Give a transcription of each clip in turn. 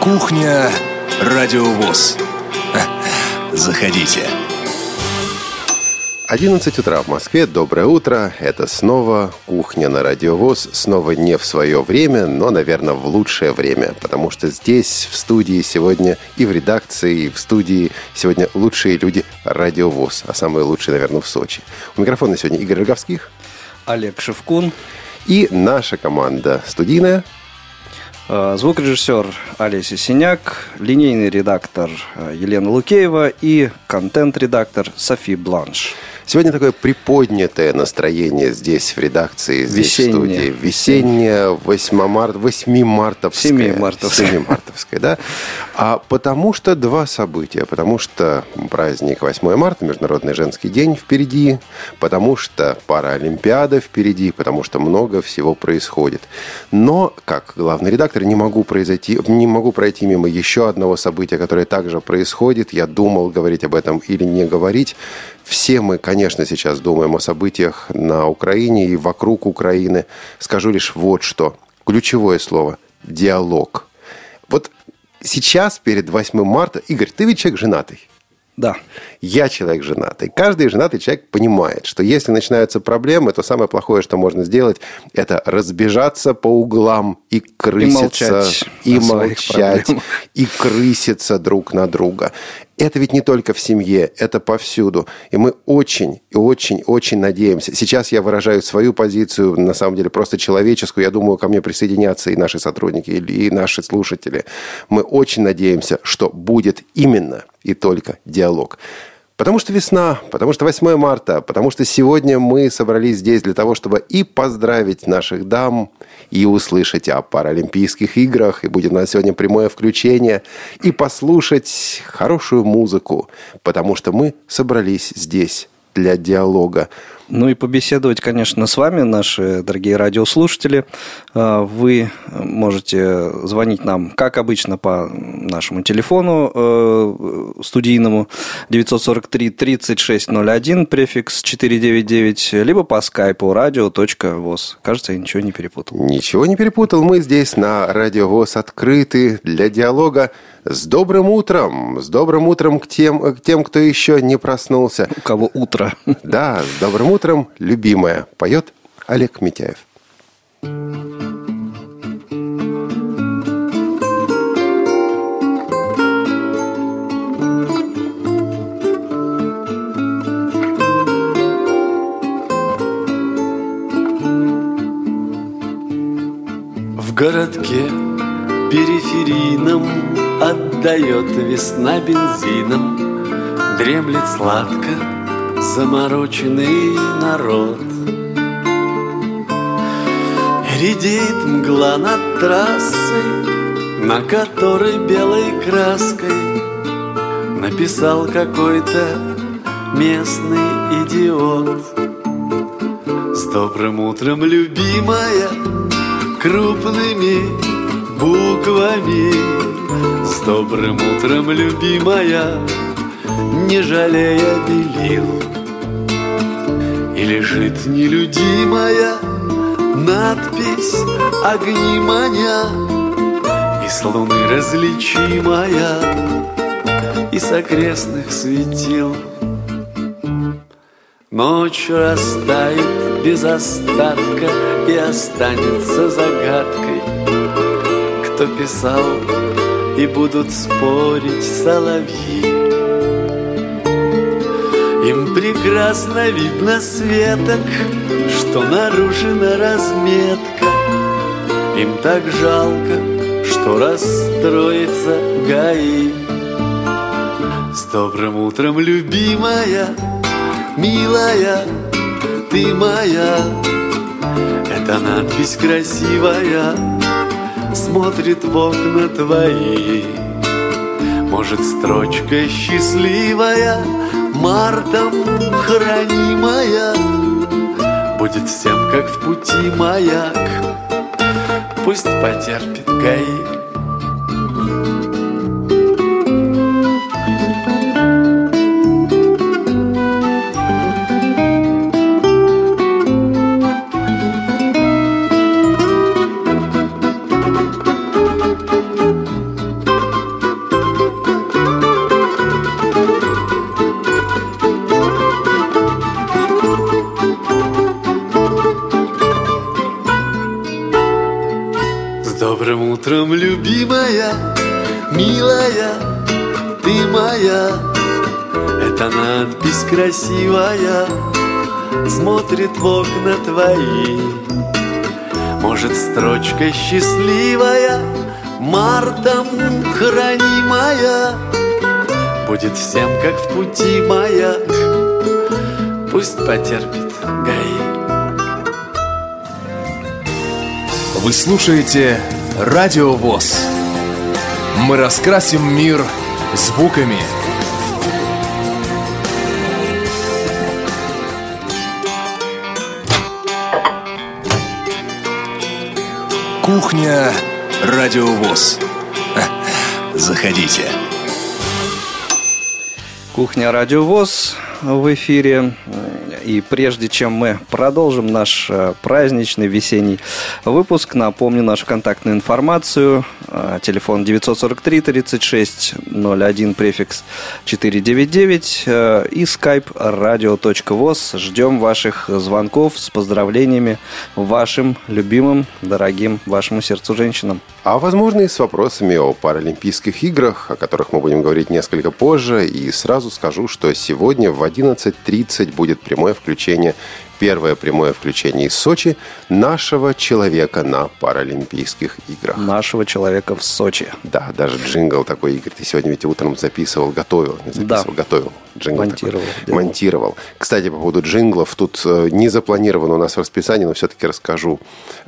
Кухня Радио ВОС. Заходите. 11 утра в Москве. Доброе утро. Это снова «Кухня» на Радио ВОС. Снова не в свое время, но, наверное, в лучшее время. Потому что здесь, в студии сегодня, и в редакции, и в студии сегодня лучшие люди Радио ВОС. А самые лучшие, наверное, в Сочи. У микрофона сегодня Игорь Роговских. Олег Шевкун. И наша команда студийная. Звукорежиссер Олеся Синяк, линейный редактор Елена Лукеева и контент-редактор Софи Бланш. Сегодня такое приподнятое настроение здесь, в редакции, здесь в студии. Весеннее, 8-мартовское. 7-мартовское, да. А потому что два события. Потому что праздник 8 марта, Международный женский день впереди. Потому что Паралимпиада впереди. Потому что много всего происходит. Но, как главный редактор, не могу пройти мимо еще одного события, которое также происходит. Я думал, говорить об этом или не говорить. Все мы, конечно, сейчас думаем о событиях на Украине и вокруг Украины. Скажу лишь вот что. Ключевое слово – диалог. Вот сейчас, перед 8 марта, Игорь, ты ведь человек женатый. Да. Я человек женатый. Каждый женатый человек понимает, что если начинаются проблемы, то самое плохое, что можно сделать, это разбежаться по углам и крыситься, и молчать, и крыситься друг на друга. Это ведь не только в семье, это повсюду. И мы очень надеемся. Сейчас я выражаю свою позицию, на самом деле просто человеческую. Я думаю, ко мне присоединятся и наши сотрудники, и наши слушатели. Мы очень надеемся, что будет именно и только диалог. Потому что весна, потому что 8 марта, потому что сегодня мы собрались здесь для того, чтобы и поздравить наших дам, и услышать о Паралимпийских играх, и будет у нас сегодня прямое включение, и послушать хорошую музыку, потому что мы собрались здесь для диалога. Ну и побеседовать, конечно, с вами, наши дорогие радиослушатели. Вы можете звонить нам, как обычно, по нашему телефону студийному 943-3601, префикс 499, либо по скайпу radio.voz. Кажется, я ничего не перепутал. Ничего не перепутал. Мы здесь на Радио ВОС открыты для диалога. С добрым утром! С добрым утром к тем, кто еще не проснулся. У кого утро. Да, с добрым утром, любимая. Поет Олег Митяев. В городке периферийном отдает весна бензином, дремлет сладко замороченный народ. Редеет мгла над трассой, на которой белой краской написал какой-то местный идиот. С добрым утром, любимая, крупными буквами. С добрым утром, любимая, не жалея белил. И лежит нелюдимая надпись огни маня, и с луны различимая, и с окрестных светил. Ночь растает без остатка и останется загадкой, кто писал, и будут спорить соловьи. Им прекрасно видно светок, что нарушена разметка. Им так жалко, что расстроится ГАИ. С добрым утром, любимая, милая, ты моя. Эта надпись красивая смотрит в окна твои. Может, строчка счастливая, мартом хранимая, будет всем, как в пути маяк. Пусть потерпит ГАИ. добрым утром, любимая, милая, ты моя. Эта надпись красивая смотрит в окна твои. Может, строчка счастливая, мартом хранимая, будет всем, как в пути маяк, пусть потерпит ГАИ. Вы слушаете Радио ВОС. Мы раскрасим мир звуками. Кухня Радио ВОС. Заходите. Кухня Радио ВОС в эфире. И прежде чем мы продолжим наш праздничный весенний выпуск, напомню нашу контактную информацию. Телефон 943-36-01, префикс 499 и skype radio.voz. Ждем ваших звонков с поздравлениями вашим любимым, дорогим вашему сердцу женщинам. А возможно и с вопросами о Паралимпийских играх, о которых мы будем говорить несколько позже. И сразу скажу, что сегодня в 11:30 будет прямое включение, первое прямое включение из Сочи нашего человека на Паралимпийских играх. Нашего человека в Сочи. Да, даже джингл такой, Игорь, ты сегодня ведь утром записывал, готовил. Джингл монтировал. Кстати, по поводу джинглов, тут не запланировано у нас в расписании, но все-таки расскажу.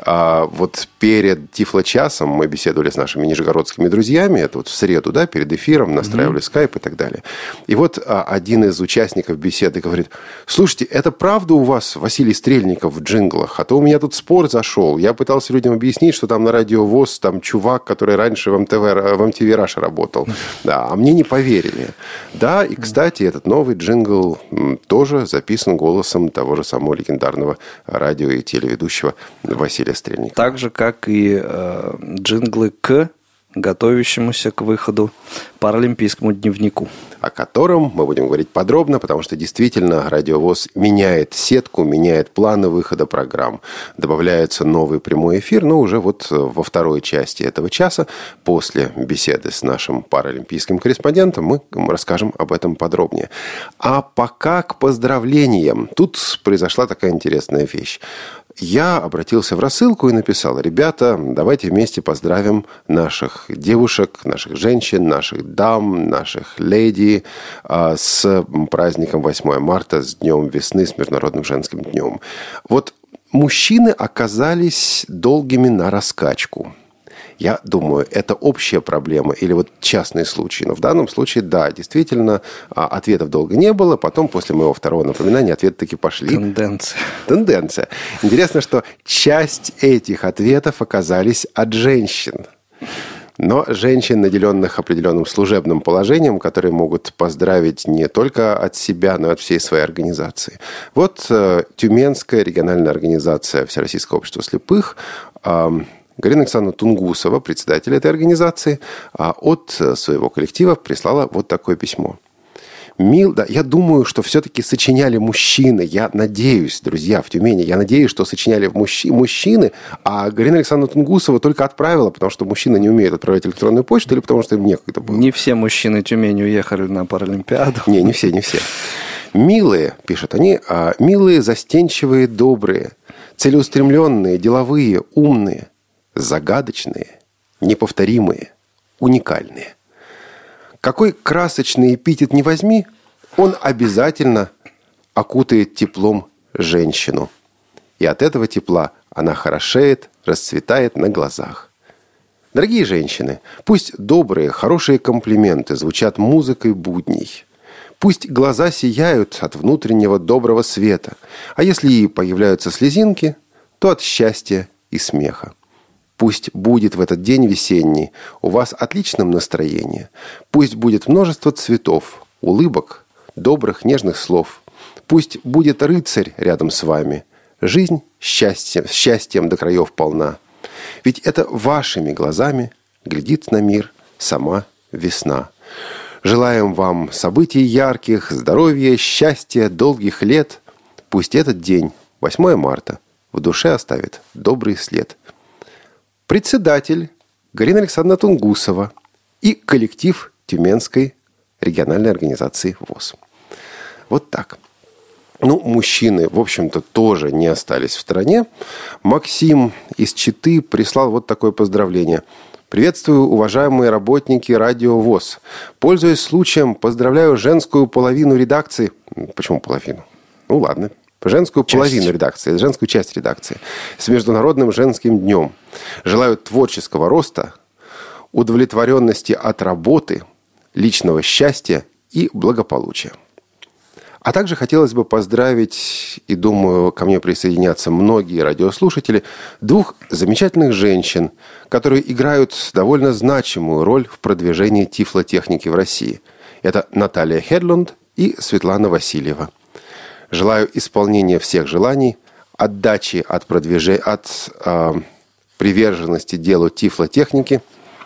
Вот перед Тифло-часом мы беседовали с нашими нижегородскими друзьями, это вот в среду, да, перед эфиром, настраивали скайп и так далее. И вот один из участников беседы говорит: слушайте, это правда у вас Василий Стрельников в джинглах? А то у меня тут спор зашел. Я пытался людям объяснить, что там на Радио ВОС там чувак, который раньше в MTV Раша работал. Да, а мне не поверили. Да, и, кстати, этот новый джингл тоже записан голосом того же самого легендарного радио и телеведущего Василия Стрельникова. Так же, как и джинглы к готовящемуся к выходу Паралимпийскому дневнику, о котором мы будем говорить подробно, потому что действительно Радио ВОС меняет сетку, меняет планы выхода программ. Добавляется новый прямой эфир, но уже вот во второй части этого часа, после беседы с нашим паралимпийским корреспондентом, мы расскажем об этом подробнее. А пока к поздравлениям. Тут произошла такая интересная вещь. Я обратился в рассылку и написал: ребята, давайте вместе поздравим наших девушек, наших женщин, наших дам, наших леди с праздником 8 марта, с Днем весны, с Международным женским днем. Вот мужчины оказались долгими на раскачку. Я думаю, это общая проблема или вот частный случай. Но в данном случае, да, действительно, ответов долго не было. Потом, после моего второго напоминания, ответы таки пошли. Тенденция. Интересно, что часть этих ответов оказались от женщин. Но женщин, наделенных определенным служебным положением, которые могут поздравить не только от себя, но и от всей своей организации. Вот Тюменская региональная организация Всероссийского общества слепых, Галина Александровна Тунгусова, председатель этой организации, от своего коллектива прислала вот такое письмо. Да, я думаю, что все-таки сочиняли мужчины. Я надеюсь, друзья, в Тюмени, я надеюсь, что сочиняли мужчины, а Галина Александровна Тунгусова только отправила, потому что мужчины не умеют отправлять электронную почту или потому что им некогда было. Не все мужчины Тюмени уехали на Паралимпиаду. Не все. Милые, пишут они, милые, застенчивые, добрые, целеустремленные, деловые, умные, загадочные, неповторимые, уникальные. Какой красочный эпитет не возьми, он обязательно окутает теплом женщину. И от этого тепла она хорошеет, расцветает на глазах. Дорогие женщины, пусть добрые, хорошие комплименты звучат музыкой будней. Пусть глаза сияют от внутреннего доброго света. А если и появляются слезинки, то от счастья и смеха. Пусть будет в этот день весенний у вас отличном настроении. Пусть будет множество цветов, улыбок, добрых, нежных слов. Пусть будет рыцарь рядом с вами. Жизнь счастьем до краев полна. Ведь это вашими глазами глядит на мир сама весна. Желаем вам событий ярких, здоровья, счастья, долгих лет. Пусть этот день, 8 марта, в душе оставит добрый след. председатель Галина Александровна Тунгусова и коллектив Тюменской региональной организации ВОС. Вот так. Мужчины, в общем-то, тоже не остались в стороне. Максим из Читы прислал вот такое поздравление. Приветствую, уважаемые работники Радио ВОС. Пользуясь случаем, поздравляю женскую половину редакции. Почему половину? Ладно. Женскую половину редакции, женскую часть редакции. С Международным женским днем. Желаю творческого роста, удовлетворенности от работы, личного счастья и благополучия. А также хотелось бы поздравить, и думаю, ко мне присоединятся многие радиослушатели, 2 замечательных женщин, которые играют довольно значимую роль в продвижении тифлотехники в России. Это Наталья Хедлунд и Светлана Васильева. Желаю исполнения всех желаний, отдачи от приверженности делу тифлотехники,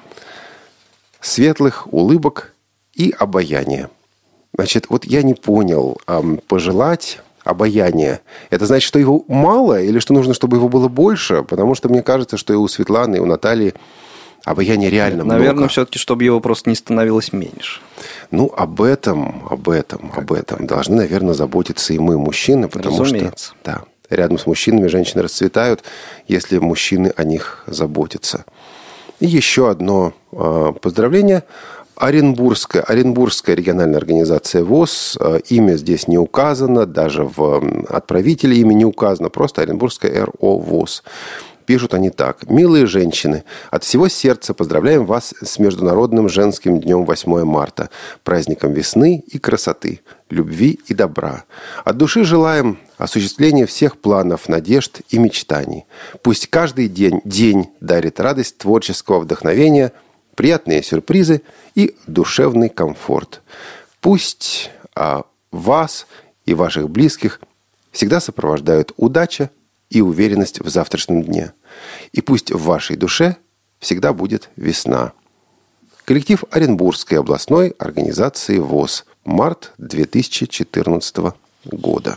светлых улыбок и обаяния. Значит, вот я не понял, пожелать обаяния, это значит, что его мало или что нужно, чтобы его было больше? Потому что мне кажется, что и у Светланы, и у Натальи обаяния реально много. Наверное, все-таки, чтобы его просто не становилось меньше. Об этом должны, наверное, заботиться и мы, мужчины, потому Разумеется. что рядом с мужчинами женщины расцветают, если мужчины о них заботятся. И еще одно поздравление. Оренбургская региональная организация ВОС, имя здесь не указано, даже в отправителе имя не указано, просто Оренбургская РО ВОС. Пишут они так. «Милые женщины, от всего сердца поздравляем вас с Международным женским днем 8 марта, праздником весны и красоты, любви и добра. От души желаем осуществления всех планов, надежд и мечтаний. Пусть каждый день дарит радость творческого вдохновения, приятные сюрпризы и душевный комфорт. Пусть вас и ваших близких всегда сопровождают удача и уверенность в завтрашнем дне. И пусть в вашей душе всегда будет весна». Коллектив Оренбургской областной организации ВОС. Март 2014 года.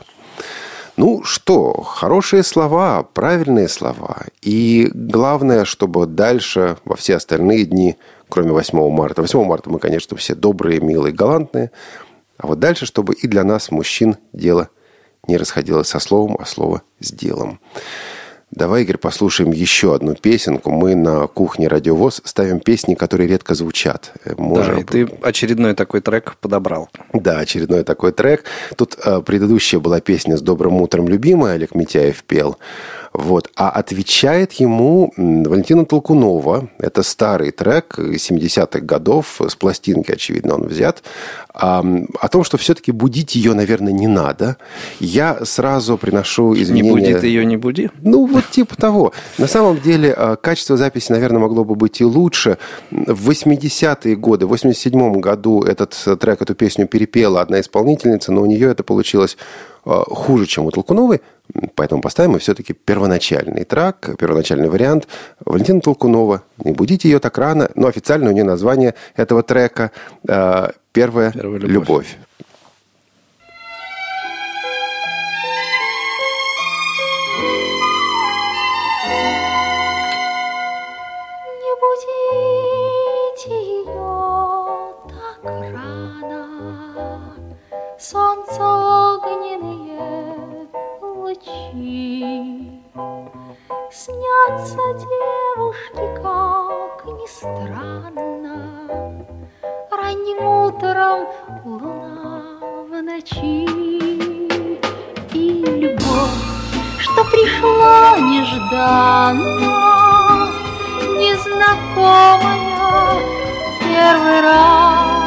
Хорошие слова, правильные слова. И главное, чтобы дальше, во все остальные дни, кроме 8 марта. 8 марта мы, конечно, все добрые, милые, галантные. А вот дальше, чтобы и для нас, мужчин, дело не расходилось со словом, а слово с делом. Давай, Игорь, послушаем еще одну песенку. Мы на кухне Радио ВОС ставим песни, которые редко звучат. Да, и ты очередной такой трек подобрал. Да, очередной такой трек. Тут предыдущая была песня «С добрым утром, любимая», Олег Митяев пел. А отвечает ему Валентина Толкунова. Это старый трек 70-х годов. С пластинки, очевидно, он взят. О том, что все-таки будить ее, наверное, не надо. Я сразу приношу извинения. Не буди ты ее, не буди? Типа того. На самом деле, качество записи, наверное, могло бы быть и лучше. В 80-е годы, в 87-м году этот трек, эту песню перепела одна исполнительница, но у нее это получилось хуже, чем у Толкуновой. Поэтому поставим мы все-таки первоначальный трек, первоначальный вариант. Валентина Толкунова. «Не будите ее так рано». Но официально у нее название этого трека «Первая любовь». Солнце огненные лучи, снятся девушки, как ни странно, ранним утром луна в ночи. И любовь, что пришла нежданно, незнакомая первый раз.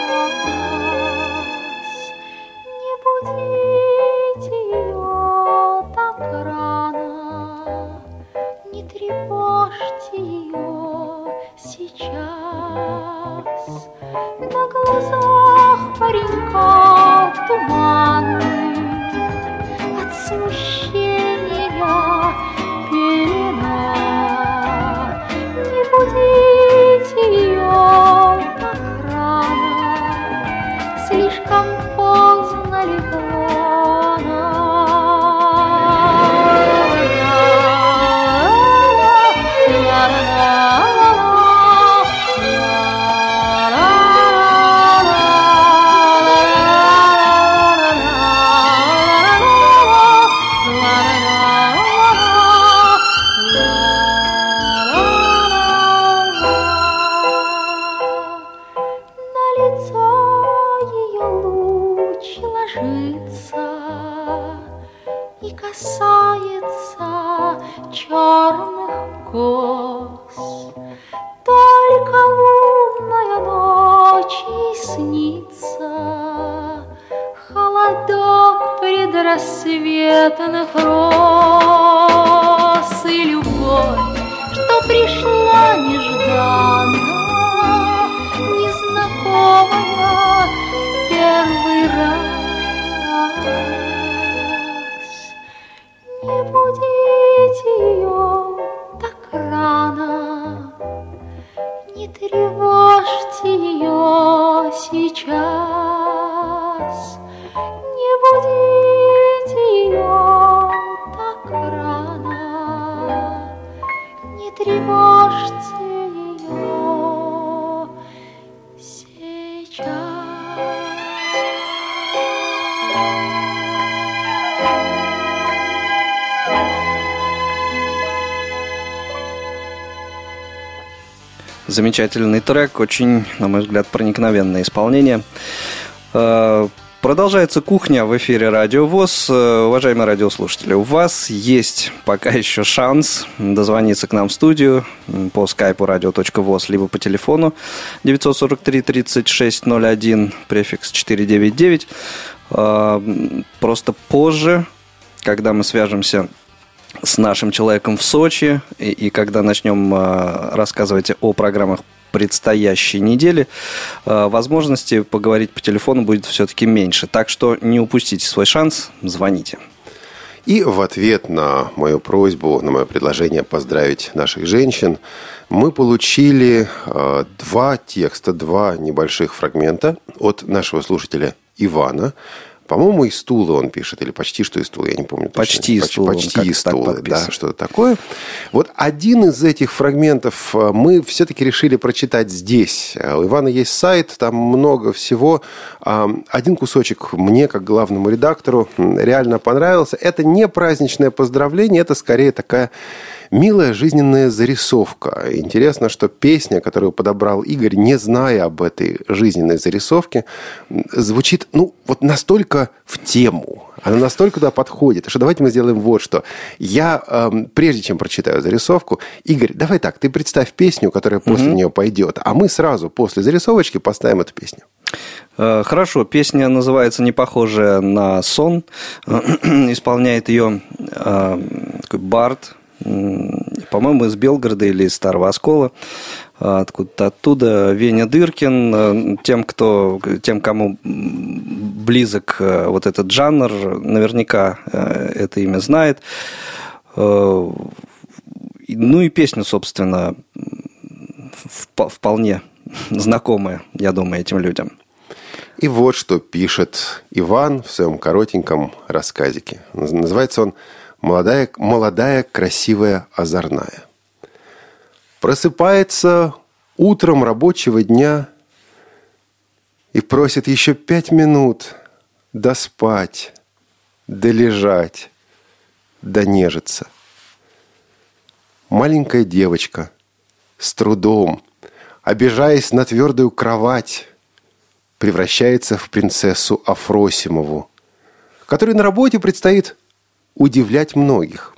Будите ее так рано, не тревожьте ее сейчас. На глазах паренька туманный, от смущения пелена. Не будите ее так рано, слишком поздно легла она. черных кос. Только лунная ночь ей снится, холодок предрассветных роз и любовь, что пришла нежданно, незнакомая первый раз. Не будите ее так рано, не тревожьте ее сейчас, не будите ее так рано, не тревожьте ее сейчас. Замечательный трек, очень, на мой взгляд, проникновенное исполнение. Продолжается кухня в эфире Радио ВОС. Уважаемые радиослушатели, у вас есть пока еще шанс дозвониться к нам в студию по скайпу radio.voz, либо по телефону 943-3601, префикс 499. Просто позже, когда мы свяжемся с нашим человеком в Сочи и когда начнем рассказывать о программах предстоящей недели, возможности поговорить по телефону будет все-таки меньше. Так что не упустите свой шанс, звоните. И в ответ на мою просьбу, на мое предложение поздравить наших женщин, мы получили два текста, два небольших фрагмента от нашего слушателя Ивана. По-моему, из Тулы он пишет, или почти что из Тулы, я не помню точно. Почти из Тулы. Почти из Тулы, да, что-то такое. Вот один из этих фрагментов мы все-таки решили прочитать здесь. У Ивана есть сайт, там много всего. Один кусочек мне, как главному редактору, реально понравился. Это не праздничное поздравление, это скорее такая милая жизненная зарисовка. Интересно, что песня, которую подобрал Игорь, не зная об этой жизненной зарисовке, звучит, вот настолько в тему. Она настолько туда подходит, что давайте мы сделаем вот что. Я, прежде чем прочитаю зарисовку, Игорь, давай так, ты представь песню, которая после нее пойдет, а мы сразу после зарисовочки поставим эту песню. Хорошо, песня называется «Не похожая на сон». Исполняет ее такой бард, по-моему, из Белгорода или из Старого Оскола, откуда-то оттуда, Веня Дыркин. Тем, кому близок вот этот жанр, наверняка это имя знает. Ну и песня, собственно, вполне знакомая, я думаю, этим людям. И вот что пишет Иван в своем коротеньком рассказике. Называется он «Молодая, красивая, озорная». Просыпается утром рабочего дня и просит еще 5 минут доспать, долежать, донежиться. Маленькая девочка с трудом, обижаясь на твердую кровать, превращается в принцессу Афросимову, которой на работе предстоит удивлять многих,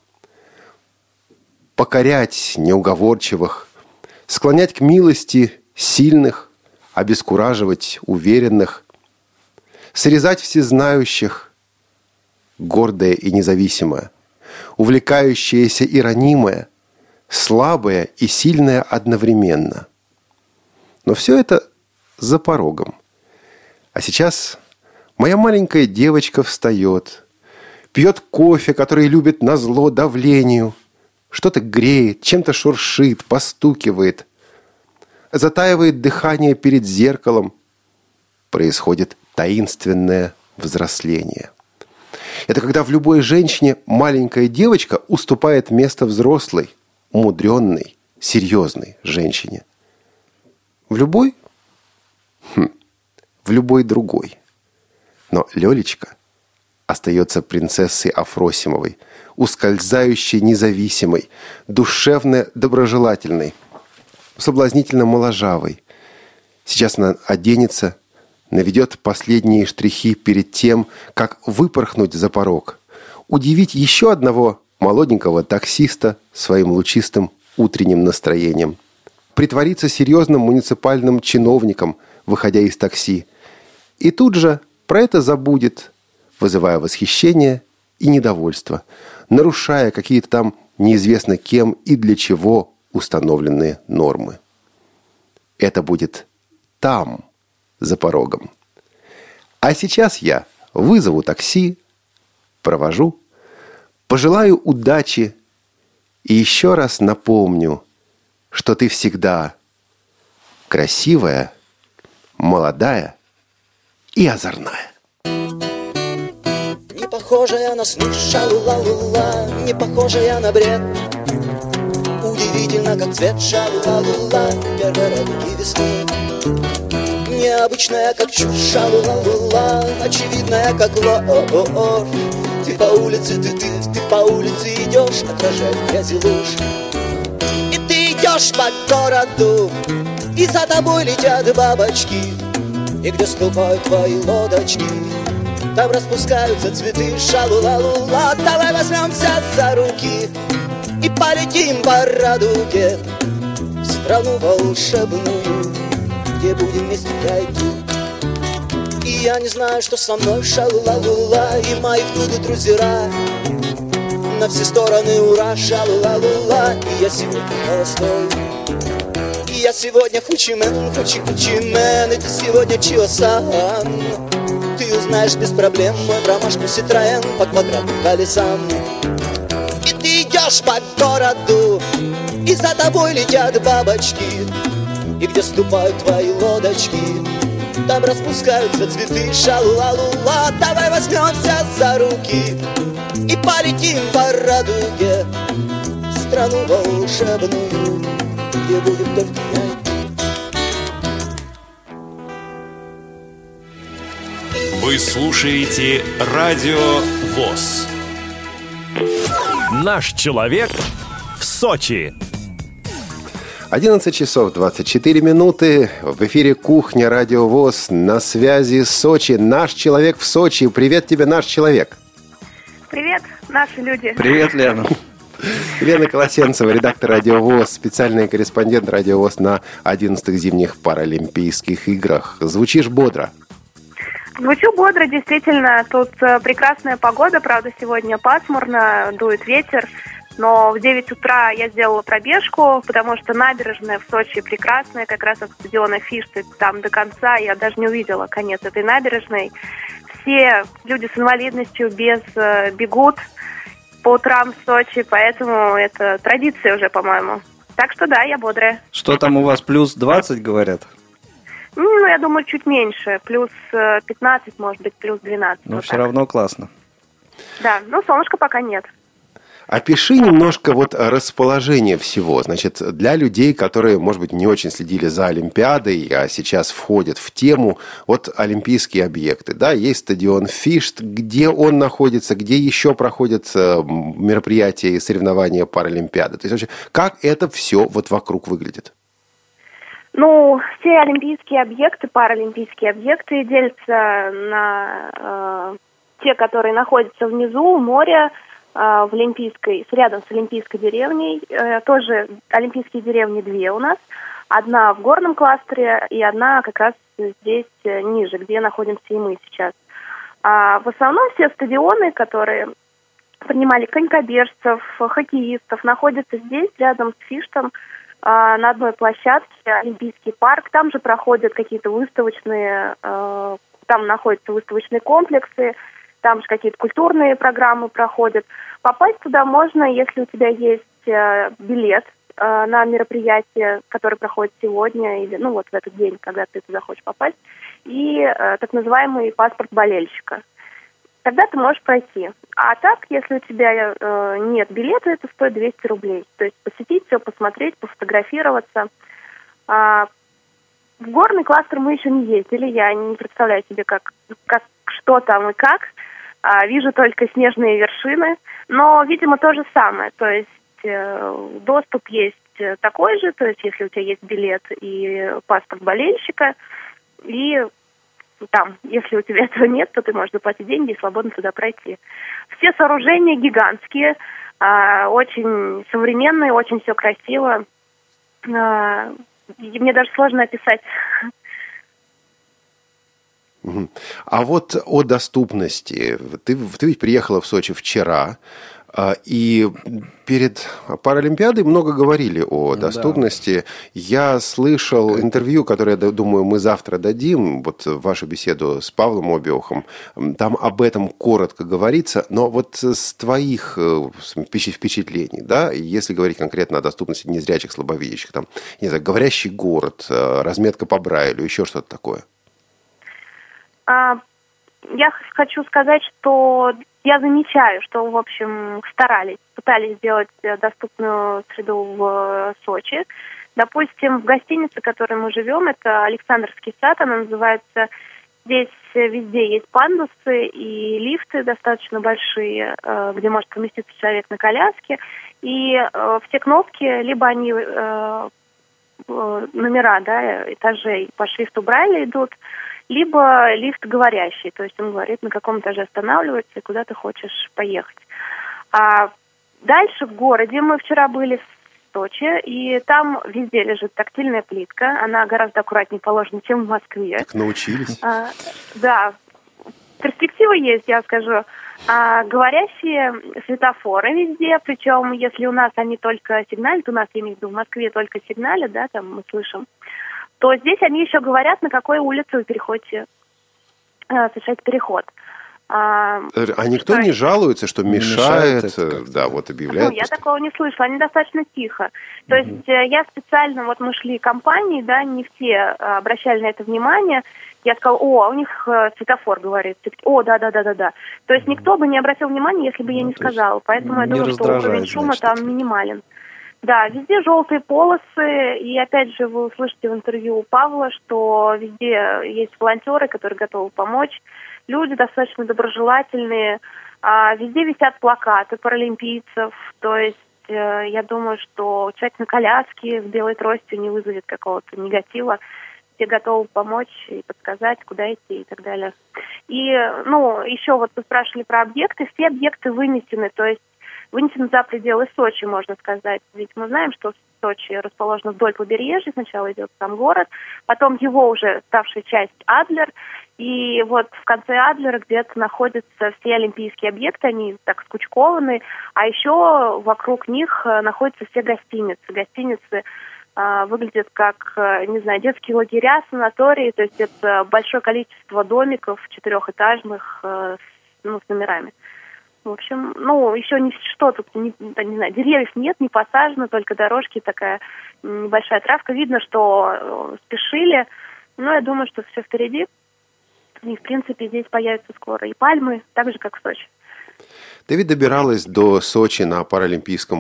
покорять неуговорчивых, склонять к милости сильных, обескураживать уверенных, срезать всезнающих, гордая и независимая, увлекающаяся и ранимая, слабая и сильная одновременно. Но все это за порогом. А сейчас моя маленькая девочка встает, пьет кофе, который любит назло давлению, что-то греет, чем-то шуршит, постукивает, затаивает дыхание перед зеркалом. Происходит таинственное взросление. Это когда в любой женщине маленькая девочка уступает место взрослой, умудренной, серьезной женщине. В любой? В любой другой. Но Лёлечка остается принцессой Афросимовой, ускользающей, независимой, душевно доброжелательной, соблазнительно моложавой. Сейчас она оденется, наведет последние штрихи перед тем, как выпорхнуть за порог, удивить еще одного молоденького таксиста своим лучистым утренним настроением. Притвориться серьезным муниципальным чиновником, выходя из такси. И тут же про это забудет, вызывая восхищение и недовольство, нарушая какие-то там неизвестно кем и для чего установленные нормы. Это будет там, за порогом. А сейчас я вызову такси, провожу, пожелаю удачи и еще раз напомню, что ты всегда красивая, молодая и озорная. Не похожая на сны, ша-ла-ла-ла, не похожая на бред. Удивительно, как цвет, ша-ла-ла-ла, первые радуги весны. Необычная, как чушь, ша-ла-ла-ла, очевидная, как ложь. Ты по улице, ты по улице идешь, отражая в грязи лужь. И ты идешь по городу, и за тобой летят бабочки. И где ступают твои лодочки, там распускаются цветы, ша-лу-ла-лу-ла. Давай возьмемся за руки и полетим по радуге в страну волшебную, где будем вместе я и ты. И я не знаю, что со мной, ша-лу-ла-лу-ла, и мои будут друзья. На все стороны ура, ша-лу-ла-лу-ла, и я сегодня холостой. И я сегодня фучимен, фучи-фучимен, и ты сегодня чио-сан. Ты узнаешь без проблем мой ромашку Ситроен по квадратным колесам. И ты идешь по городу, и за тобой летят бабочки. И где ступают твои лодочки, там распускаются цветы, ша-ла-ла-ла. Давай возьмемся за руки и полетим по радуге в страну волшебную, где будет только я и ты. Вы слушаете Радио ВОС. Наш человек в Сочи. 11 часов 24 минуты. В эфире «Кухня», Радио ВОС. На связи Сочи. Наш человек в Сочи. Привет тебе, наш человек. Привет, наши люди. Привет, Лена. Лена Колосенцева, редактор Радио ВОС, специальный корреспондент Радио ВОС на 11-х зимних Паралимпийских играх. Звучишь бодро. Звучу бодро, действительно. Тут прекрасная погода, правда, сегодня пасмурно, дует ветер. Но в 9 утра я сделала пробежку, потому что набережная в Сочи прекрасная, как раз от стадиона Фишты там до конца. Я даже не увидела конец этой набережной. Все люди с инвалидностью бегут по утрам в Сочи, поэтому это традиция уже, по-моему. Так что да, я бодрая. Что там у вас, плюс 20, говорят? Ну, я думаю, чуть меньше. Плюс 15, может быть, плюс 12. Но вот все так. равно классно. Да, но солнышка пока нет. Опиши немножко вот расположение всего. Значит, для людей, которые, может быть, не очень следили за Олимпиадой, а сейчас входят в тему, вот олимпийские объекты. Да, есть стадион Фишт, где он находится, где еще проходят мероприятия и соревнования Паралимпиады. То есть, вообще, как это все вот вокруг выглядит? Ну, все олимпийские объекты, паралимпийские объекты делятся на те, которые находятся внизу, у моря, в Олимпийской, рядом с Олимпийской деревней. Тоже олимпийские деревни две у нас. Одна в горном кластере и одна как раз здесь ниже, где находимся и мы сейчас. А в основном все стадионы, которые принимали конькобежцев, хоккеистов, находятся здесь, рядом с Фиштом, на одной площадке, Олимпийский парк. Там же проходят какие-то выставочные, там находятся выставочные комплексы, там же какие-то культурные программы проходят. Попасть туда можно, если у тебя есть билет на мероприятие, которое проходит сегодня или, ну, вот в этот день, когда ты туда хочешь попасть, и так называемый паспорт болельщика. Тогда ты можешь пройти. А так, если у тебя нет билета, это стоит 200 рублей. То есть посетить все, посмотреть, пофотографироваться. В горный кластер мы еще не ездили. Я не представляю себе, как что там и как. Вижу только снежные вершины. Но, видимо, то же самое. То есть доступ есть такой же. То есть если у тебя есть билет и паспорт болельщика, и там, если у тебя этого нет, то ты можешь заплатить деньги и свободно туда пройти. Все сооружения гигантские. Очень современный, очень все красиво. Мне даже сложно описать. А вот о доступности. Ты ведь приехала в Сочи вчера, и перед Паралимпиадой много говорили о доступности. Да. Я слышал интервью, которое, я думаю, мы завтра дадим, вот вашу беседу с Павлом Обиохом. Там об этом коротко говорится, но вот с твоих впечатлений, да, если говорить конкретно о доступности незрячих, слабовидящих, там, не знаю, говорящий город, разметка по Брайлю, еще что-то такое. Я хочу сказать, что я замечаю, что, в общем, пытались сделать доступную среду в Сочи. Допустим, в гостинице, в которой мы живем, это Александрский сад, она называется. Здесь везде есть пандусы и лифты достаточно большие, где может поместиться человек на коляске. И все кнопки, либо они номера, да, этажей по шрифту Брайля идут, либо лифт говорящий, то есть он говорит, на каком этаже останавливаться и куда ты хочешь поехать. А дальше в городе мы вчера были в Сочи, и там везде лежит тактильная плитка, она гораздо аккуратнее положена, чем в Москве. Так научились. Да, перспектива есть, я скажу. Говорящие светофоры везде, причем если у нас они только сигналят, у нас, я имею в виду, в Москве только сигналят, да, там мы слышим, то здесь они еще говорят, на какой улице вы переходите, совершать переход. А никто не жалуется, что мешает, да, вот объявляют? Я такого не слышала, они достаточно тихо. То есть я специально, вот мы шли компанией, да, не все обращали на это внимание. Я сказала, у них светофор говорит. Да. То есть никто бы не обратил внимания, если бы я не сказала. Поэтому я думаю, что уровень шума там минимален. Да, везде желтые полосы, и опять же вы услышите в интервью у Павла, что везде есть волонтеры, которые готовы помочь, люди достаточно доброжелательные, везде висят плакаты паралимпийцев, то есть я думаю, что человек на коляске с белой тростью не вызовет какого-то негатива, все готовы помочь и подсказать, куда идти и так далее. И, еще вот вы спрашивали про объекты, все объекты вынесены, то есть вынесены за пределы Сочи, можно сказать. Ведь мы знаем, что Сочи расположен вдоль побережья. Сначала идет сам город, потом его уже ставшая часть Адлер. И вот в конце Адлера где-то находятся все олимпийские объекты, они так скучкованы. А еще вокруг них находятся все гостиницы. Гостиницы выглядят как, не знаю, детские лагеря, санатории. То есть это большое количество домиков четырехэтажных с номерами. В общем, еще ничто тут, не знаю, деревьев нет, не посажено, только дорожки, такая небольшая травка. Видно, что спешили, но я думаю, что все впереди. И, в принципе, здесь появятся скоро и пальмы, так же, как в Сочи. Ты ведь добиралась до Сочи на олимпийском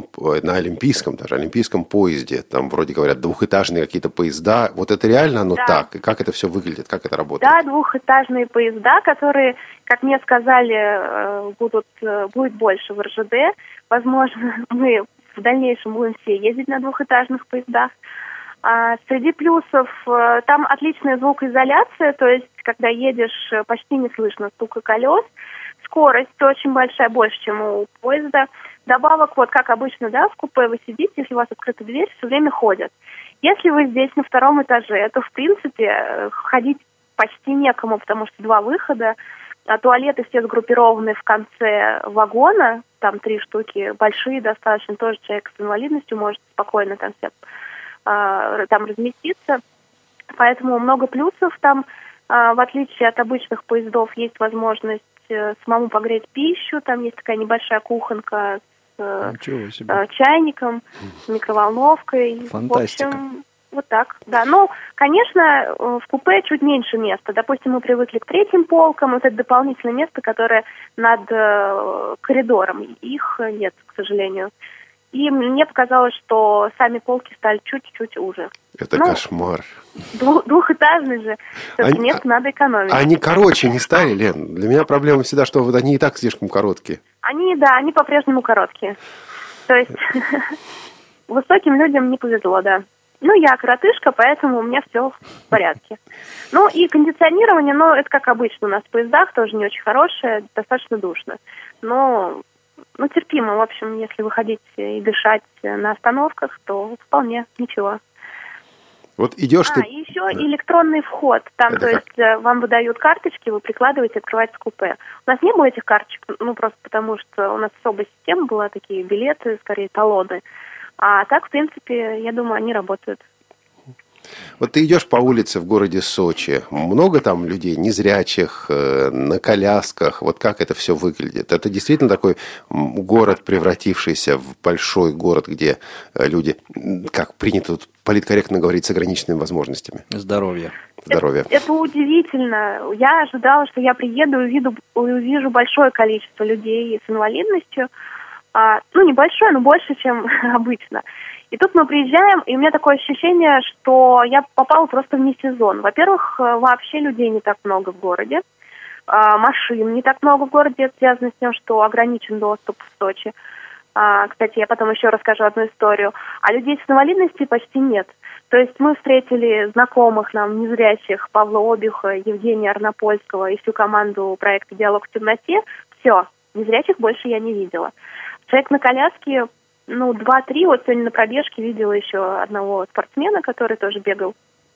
поезде. Там, вроде говорят, двухэтажные какие-то поезда. Вот это реально оно так? И как это все выглядит? Как это работает? Да, двухэтажные поезда, которые, как мне сказали, будет больше в РЖД. Возможно, мы в дальнейшем будем все ездить на двухэтажных поездах. Среди плюсов там отличная звукоизоляция, то есть, когда едешь, почти не слышно стука колес. Скорость очень большая, больше, чем у поезда. Добавок, вот как обычно, да, в купе вы сидите, если у вас открыта дверь, все время ходят. Если вы здесь на втором этаже, то, в принципе, ходить почти некому, потому что 2 выхода, а туалеты все сгруппированы в конце вагона, там 3 штуки, большие достаточно, тоже человек с инвалидностью может спокойно там разместиться. Поэтому много плюсов там. В отличие от обычных поездов, есть возможность самому погреть пищу. Там есть такая небольшая кухонка с чайником, с микроволновкой. Фантастика. В общем, вот так. Да, конечно, в купе чуть меньше места. Допустим, мы привыкли к 3-м полкам. Вот это дополнительное место, которое над коридором. Их нет, к сожалению. И мне показалось, что сами полки стали чуть-чуть уже. Это кошмар. Двухэтажный же. Место надо экономить. Они короче не стали, Лен? Для меня проблема всегда, что вот они и так слишком короткие. Они по-прежнему короткие. То есть высоким людям не повезло, да. Я коротышка, поэтому у меня все в порядке. И кондиционирование, это как обычно у нас в поездах, тоже не очень хорошее, достаточно душно. Но терпимо. В общем, если выходить и дышать на остановках, то вполне ничего. Вот идешь ты... И еще электронный вход. Там, Это то есть, вам выдают карточки, вы прикладываете, открываете купе. У нас не было этих карточек, просто потому что у нас особая система была, такие билеты, скорее талоны. А так, в принципе, я думаю, они работают. Вот ты идешь по улице в городе Сочи. Много там людей незрячих, на колясках. Вот как это все выглядит? Это действительно такой город, превратившийся в большой город, где люди, как принято тут политкорректно говорить, с ограниченными возможностями. Здоровье. Это удивительно. Я ожидала, что я приеду и увижу большое количество людей с инвалидностью. Небольшое, но больше, чем обычно. И тут мы приезжаем, и у меня такое ощущение, что я попала просто вне сезон. Во-первых, вообще людей не так много в городе. Машин не так много в городе. Это связано с тем, что ограничен доступ в Сочи. Кстати, я потом еще расскажу одну историю. А людей с инвалидностью почти нет. То есть мы встретили знакомых нам незрячих Павла Обиха, Евгения Арнопольского и всю команду проекта «Диалог в темноте». Все, незрячих больше я не видела. Человек на коляске, 2-3, вот сегодня на пробежке видела еще одного спортсмена, который тоже бегал.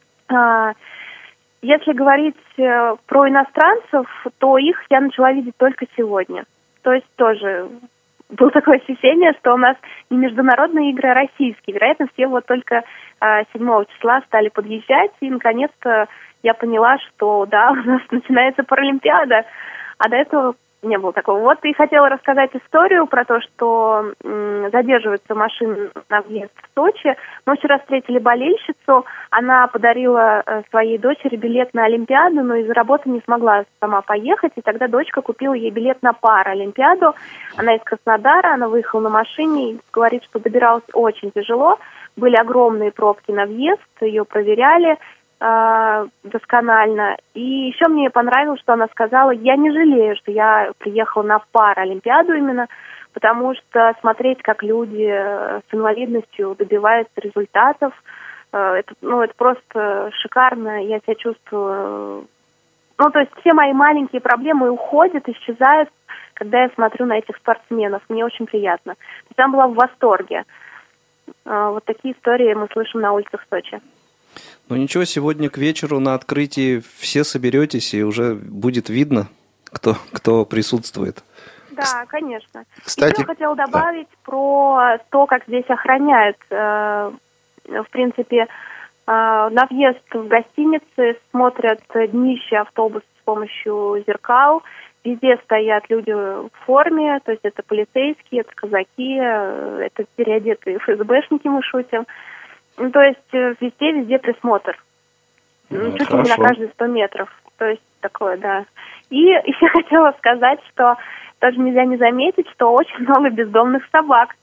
Если говорить про иностранцев, то их я начала видеть только сегодня. То есть тоже было такое ощущение, что у нас не международные игры, а российские. Вероятно, все вот только 7 числа стали подъезжать, и наконец-то я поняла, что да, у нас начинается Паралимпиада, а до этого не было такого. Вот и хотела рассказать историю про то, что задерживаются машины на въезд в Сочи. Мы вчера встретили болельщицу, она подарила своей дочери билет на Олимпиаду, но из-за работы не смогла сама поехать, и тогда дочка купила ей билет на Паралимпиаду. Она из Краснодара, она выехала на машине и говорит, что добиралась очень тяжело, были огромные пробки на въезд, ее проверяли досконально. И еще мне понравилось, что она сказала: я не жалею, что я приехала на Паралимпиаду именно, потому что смотреть, как люди с инвалидностью добиваются результатов, это просто шикарно. Я себя чувствую... то есть все мои маленькие проблемы уходят, исчезают, когда я смотрю на этих спортсменов. Мне очень приятно. Я была в восторге. Вот такие истории мы слышим на улицах Сочи. Ничего, сегодня к вечеру на открытии все соберетесь, и уже будет видно, кто присутствует. Да, конечно. Кстати, еще хотела добавить про то, как здесь охраняют. В принципе, на въезд в гостиницы смотрят днище автобуса с помощью зеркал. Везде стоят люди в форме, то есть это полицейские, это казаки, это переодетые ФСБшники, мы шутим. То есть везде присмотр. Чуть ли не на каждые 100 метров. То есть такое, да. И еще хотела сказать, что тоже нельзя не заметить, что очень много бездомных собак.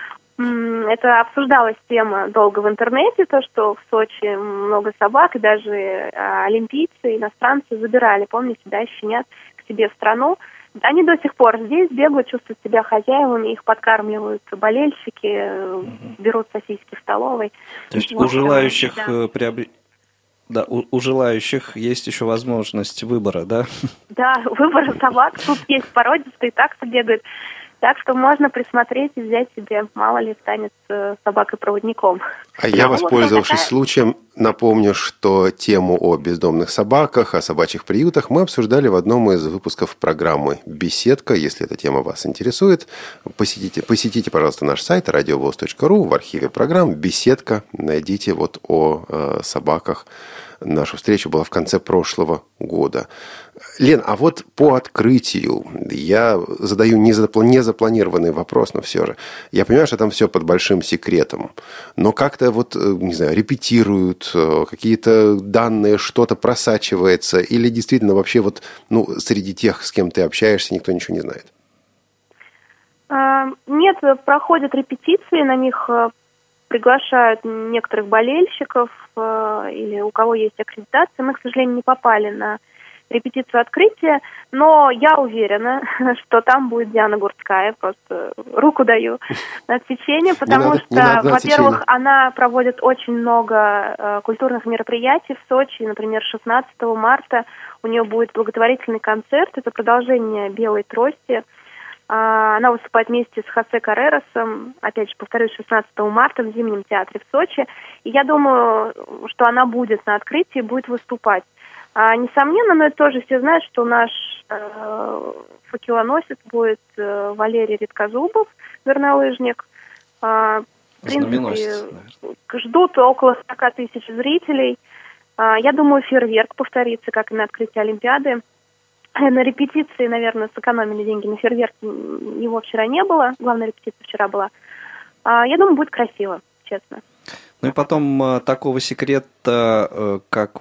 Это обсуждалась тема долго в интернете, то, что в Сочи много собак, и даже олимпийцы, иностранцы забирали, помните, щенят к себе в страну. Они до сих пор здесь бегают, чувствуют себя хозяевами, их подкармливают болельщики, берут сосиски в столовой. То есть у желающих у желающих есть еще возможность выбора, да? Да, выбор собак. Тут есть породистые, таксы бегают. Так что можно присмотреть и взять себе, мало ли станет собакой-проводником. А я, воспользовавшись случаем, напомню, что тему о бездомных собаках, о собачьих приютах мы обсуждали в одном из выпусков программы «Беседка». Если эта тема вас интересует, посетите, пожалуйста, наш сайт radiovoz.ru, в архиве программ «Беседка». Найдите о собаках. Наша встреча была в конце прошлого года. Лен, а вот по открытию я задаю незапланированный вопрос, но все же. Я понимаю, что там все под большим секретом. Но как-то репетируют, какие-то данные, что-то просачивается. Или действительно вообще среди тех, с кем ты общаешься, никто ничего не знает? Нет, проходят репетиции, на них приглашают некоторых болельщиков или у кого есть аккредитация. Мы, к сожалению, не попали на репетицию открытия, но я уверена, что там будет Диана Гурцкая, просто руку даю на отсечение, потому что, во-первых, она проводит очень много культурных мероприятий в Сочи, например, 16 марта у нее будет благотворительный концерт, это продолжение «Белой трости». Она выступает вместе с Хосе Каррерасом, опять же, повторюсь, 16 марта в Зимнем театре в Сочи. И я думаю, что она будет на открытии, будет выступать. Несомненно, но это тоже все знают, что наш факелоносец будет Валерий Редкозубов, горнолыжник. В принципе, ждут около 40 тысяч зрителей. Я думаю, фейерверк повторится, как и на открытии Олимпиады. На репетиции, наверное, сэкономили деньги. На фейерверке его вчера не было. Главная репетиция вчера была. Я думаю, будет красиво, честно. Ну и потом такого секрета, как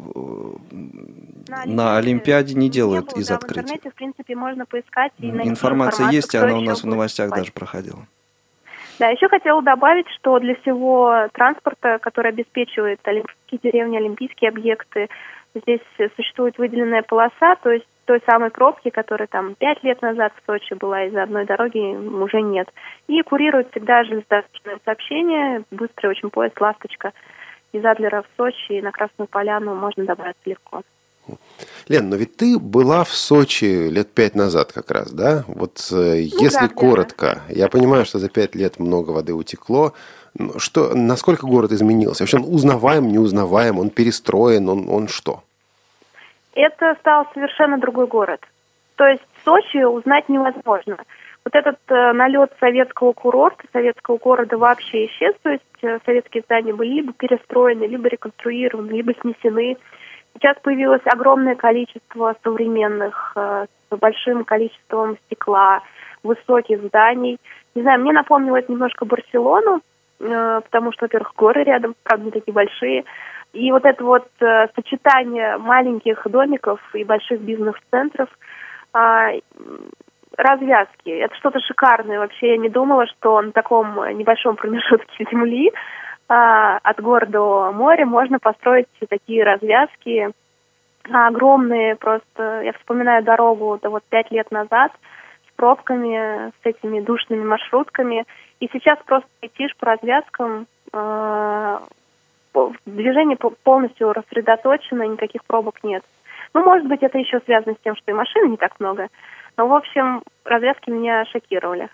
на Олимпиаде, не делают из открытия. В интернете, в принципе, можно поискать. И найти информация есть, и она у нас в новостях даже проходила. Да, еще хотела добавить, что для всего транспорта, который обеспечивает олимпийские деревни, олимпийские объекты, здесь существует выделенная полоса, то есть той самой пробки, которая там 5 лет назад в Сочи была из-за одной дороги, уже нет. И курирует всегда железнодорожное сообщение, быстрый очень поезд «Ласточка» из Адлера в Сочи, и на Красную Поляну можно добраться легко. Лен, но ведь ты была в Сочи лет 5 назад как раз, да? Вот если коротко, я понимаю, что за 5 лет много воды утекло. Насколько город изменился? Вообще он узнаваем, неузнаваем, он перестроен, он что? Это стал совершенно другой город. То есть Сочи узнать невозможно. Вот этот налет советского курорта, советского города вообще исчез. То есть советские здания были либо перестроены, либо реконструированы, либо снесены. Сейчас появилось огромное количество современных, с большим количеством стекла, высоких зданий. Не знаю, мне напомнило это немножко Барселону, потому что, во-первых, горы рядом, правда, не такие большие. И вот это вот сочетание маленьких домиков и больших бизнес-центров, развязки, это что-то шикарное. Вообще я не думала, что на таком небольшом промежутке земли от гор до моря можно построить такие развязки огромные. Просто я вспоминаю дорогу вот 5 лет назад с пробками, с этими душными маршрутками. И сейчас просто летишь по развязкам, движение полностью рассредоточено, никаких пробок нет. Ну, может быть, это еще связано с тем, что и машин не так много. Но, в общем, развязки меня шокировали.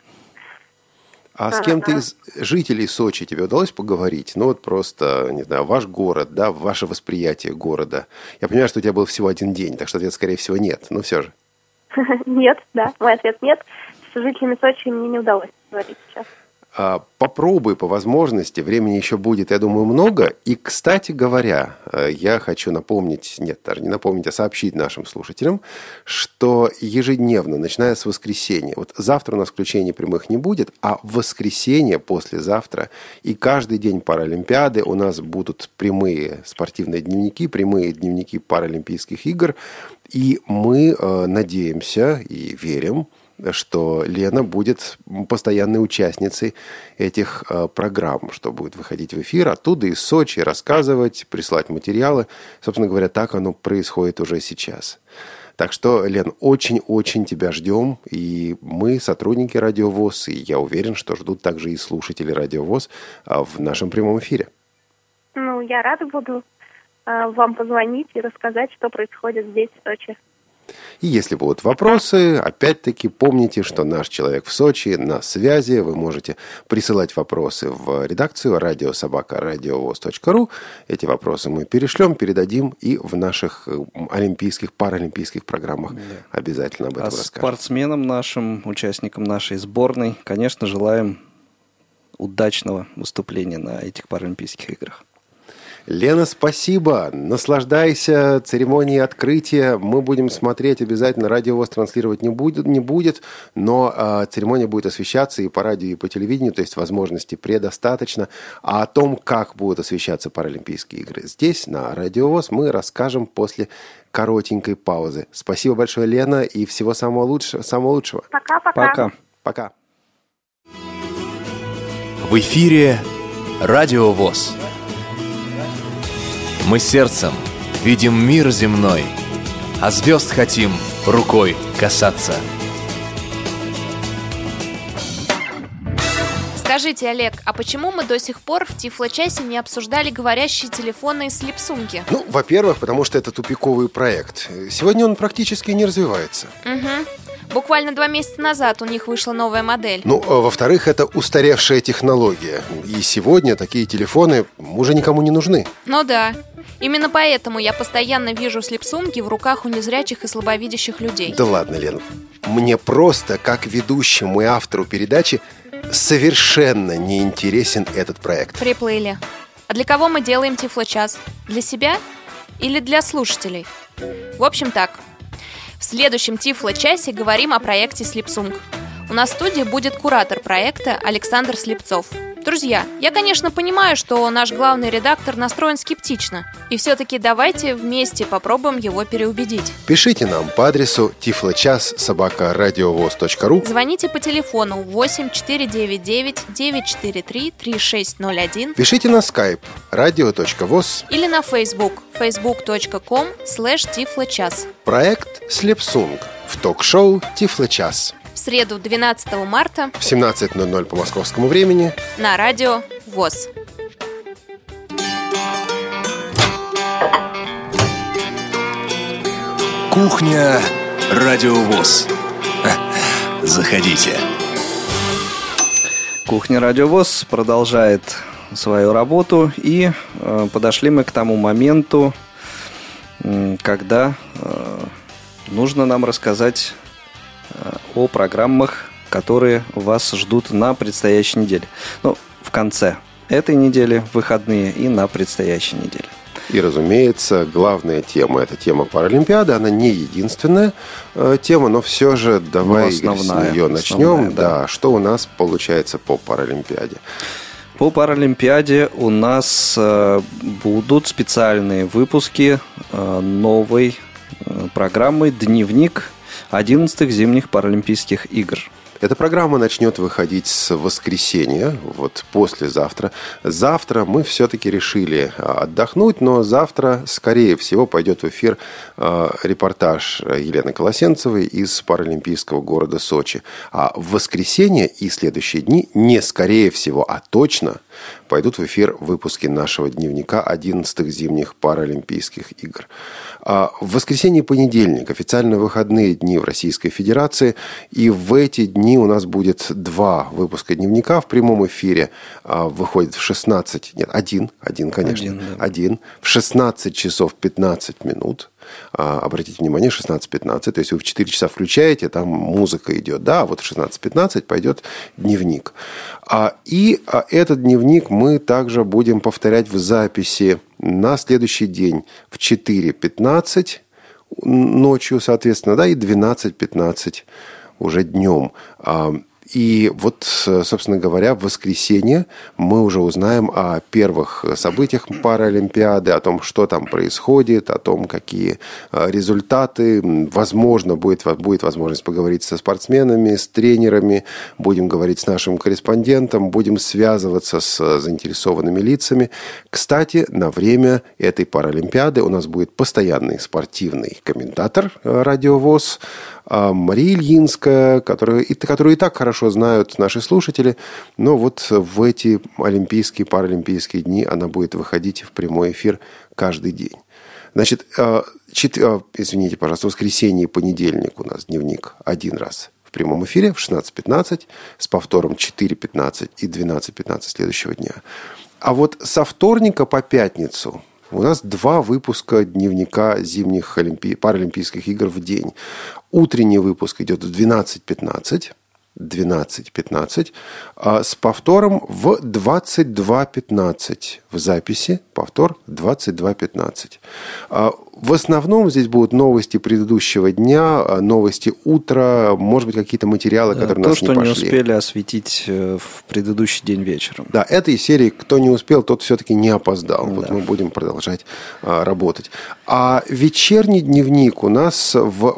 А с кем-то из жителей Сочи тебе удалось поговорить? Ну, вот просто, не знаю, ваш город, да, ваше восприятие города. Я понимаю, что у тебя был всего один день, так что ответ, скорее всего, нет. Но все же. Нет, да, мой ответ нет. С жителями Сочи мне не удалось поговорить сейчас. Попробуй по возможности, времени еще будет, я думаю, много. И, кстати говоря, я хочу напомнить, нет, даже не напомнить, а сообщить нашим слушателям, что ежедневно, начиная с воскресенья, вот завтра у нас включений прямых не будет, а в воскресенье, послезавтра и каждый день Паралимпиады у нас будут прямые спортивные дневники, прямые дневники Паралимпийских игр. И мы надеемся и верим, что Лена будет постоянной участницей этих программ, что будет выходить в эфир оттуда из Сочи, рассказывать, присылать материалы. Собственно говоря, так оно происходит уже сейчас. Так что, Лен, очень-очень тебя ждем. И мы, сотрудники Радио ВОС, и я уверен, что ждут также и слушатели Радио ВОС в нашем прямом эфире. Ну, я рада буду вам позвонить и рассказать, что происходит здесь, в Сочи. И если будут вопросы, опять-таки помните, что наш человек в Сочи на связи. Вы можете присылать вопросы в редакцию radiosobaka.radiovoz.ru. Эти вопросы мы перешлем, передадим и в наших олимпийских, паралимпийских программах обязательно об этом расскажем. Спортсменам нашим, участникам нашей сборной, конечно, желаем удачного выступления на этих Паралимпийских играх. Лена, спасибо. Наслаждайся церемонией открытия. Мы будем смотреть обязательно. Радио ВОС транслировать не будет, но церемония будет освещаться и по радио, и по телевидению, то есть возможностей предостаточно. А о том, как будут освещаться Паралимпийские игры здесь, на Радио ВОС, мы расскажем после коротенькой паузы. Спасибо большое, Лена, и всего самого лучшего. Пока-пока. Пока. В эфире Радио ВОС. Мы сердцем видим мир земной, а звезд хотим рукой касаться. Скажите, Олег, а почему мы до сих пор в Тифло-часе не обсуждали говорящие телефоны и слепсумки? Ну, во-первых, потому что это тупиковый проект. Сегодня он практически не развивается. Угу. Буквально 2 месяца назад у них вышла новая модель. Во-вторых, это устаревшая технология. И сегодня такие телефоны уже никому не нужны. Ну да. Именно поэтому я постоянно вижу слепсунги в руках у незрячих и слабовидящих людей. Да ладно, Лен. Мне просто, как ведущему и автору передачи, совершенно не интересен этот проект. Приплыли. А для кого мы делаем Тифлочас? Для себя или для слушателей? В общем так. В следующем Тифло-часе говорим о проекте Слепсунг. У нас в студии будет куратор проекта Александр Слепцов. Друзья, я, конечно, понимаю, что наш главный редактор настроен скептично. И все-таки давайте вместе попробуем его переубедить. Пишите нам по адресу tifloчас@radiovoz.ru. Звоните по телефону 8-499-943-3601. Пишите на skype radio.voz. Или на Facebook facebook.com/tifloчас. Проект Слепсунг в ток-шоу Тифло-час. В среду 12 марта в 17:00 по московскому времени на радио ВОС. Кухня Радио ВОС. Заходите. Кухня Радио ВОС продолжает свою работу. И подошли мы к тому моменту, когда нужно нам рассказать о программах, которые вас ждут на предстоящей неделе. В конце этой недели, в выходные и на предстоящей неделе. И, разумеется, главная тема – это тема Паралимпиады. Она не единственная тема, но все же давай с нее начнем. Да. Что у нас получается по Паралимпиаде? По Паралимпиаде у нас будут специальные выпуски новой программы «Дневник 11-х зимних Паралимпийских игр». Эта программа начнет выходить с воскресенья, послезавтра. Завтра мы все-таки решили отдохнуть, но завтра, скорее всего, пойдет в эфир репортаж Елены Колосенцевой из паралимпийского города Сочи. А в воскресенье и следующие дни, не скорее всего, а точно, пойдут в эфир выпуски нашего дневника 11-х зимних Паралимпийских игр. В воскресенье и понедельник официально выходные дни в Российской Федерации, и в эти дни у нас будет 2 выпуска дневника в прямом эфире. Выходит в 16... Нет, один, конечно. Один. В 16 часов 15 минут. Обратите внимание, 16:15. То есть вы в 4 часа включаете, там музыка идет. Да, вот в 16:15 пойдет дневник. И этот дневник мы также будем повторять в записи на следующий день в 4:15 ночью, соответственно, да, и 12:15 уже днем. И собственно говоря, в воскресенье мы уже узнаем о первых событиях Паралимпиады, о том, что там происходит, о том, какие результаты. Возможно, будет возможность поговорить со спортсменами, с тренерами, будем говорить с нашим корреспондентом, будем связываться с заинтересованными лицами. Кстати, на время этой Паралимпиады у нас будет постоянный спортивный комментатор Радио ВОС Мария Ильинская, которую и так хорошо знают наши слушатели, но в эти олимпийские, паралимпийские дни она будет выходить в прямой эфир каждый день. Значит, извините, пожалуйста, воскресенье и понедельник у нас дневник один раз в прямом эфире в 16:15, с повтором 4:15 и 12:15 следующего дня. А со вторника по пятницу у нас 2 выпуска дневника зимних Паралимпийских игр в день. Утренний выпуск идет в 12:15, с повтором в 22:15. В записи повтор 22:15. В основном здесь будут новости предыдущего дня, новости утра, может быть, какие-то материалы, которые у нас не пошли. То, что не успели осветить в предыдущий день вечером. Да, этой серии «Кто не успел, тот все-таки не опоздал». Да. Мы будем продолжать работать. А вечерний дневник у нас в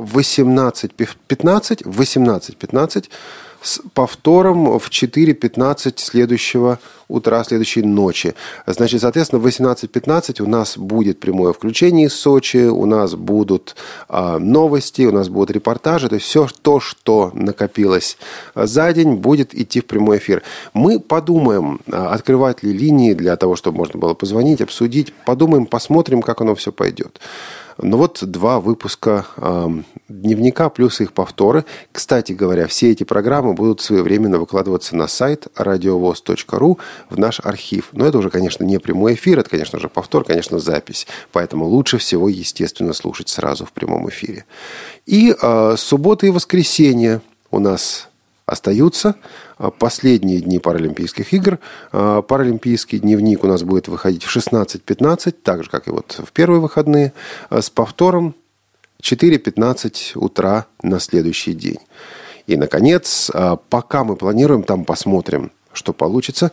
18:15, с повтором в 4:15 следующего утра, следующей ночи. Значит, соответственно, в 18:15 у нас будет прямое включение из Сочи, у нас будут новости, у нас будут репортажи, то есть все то, что накопилось за день, будет идти в прямой эфир. Мы подумаем, открывать ли линии для того, чтобы можно было позвонить, обсудить, подумаем, посмотрим, как оно все пойдет. Но вот 2 выпуска дневника плюс их повторы. Кстати говоря, все эти программы будут своевременно выкладываться на сайт radiovoz.ru в наш архив. Но это уже, конечно, не прямой эфир, это, конечно же, повтор, конечно, запись. Поэтому лучше всего, естественно, слушать сразу в прямом эфире. И суббота и воскресенье у нас остаются последние дни Паралимпийских игр. Паралимпийский дневник у нас будет выходить в 16:15, так же, как и вот в первые выходные, с повтором 4:15 утра на следующий день. И, наконец, пока мы планируем, там посмотрим, что получится.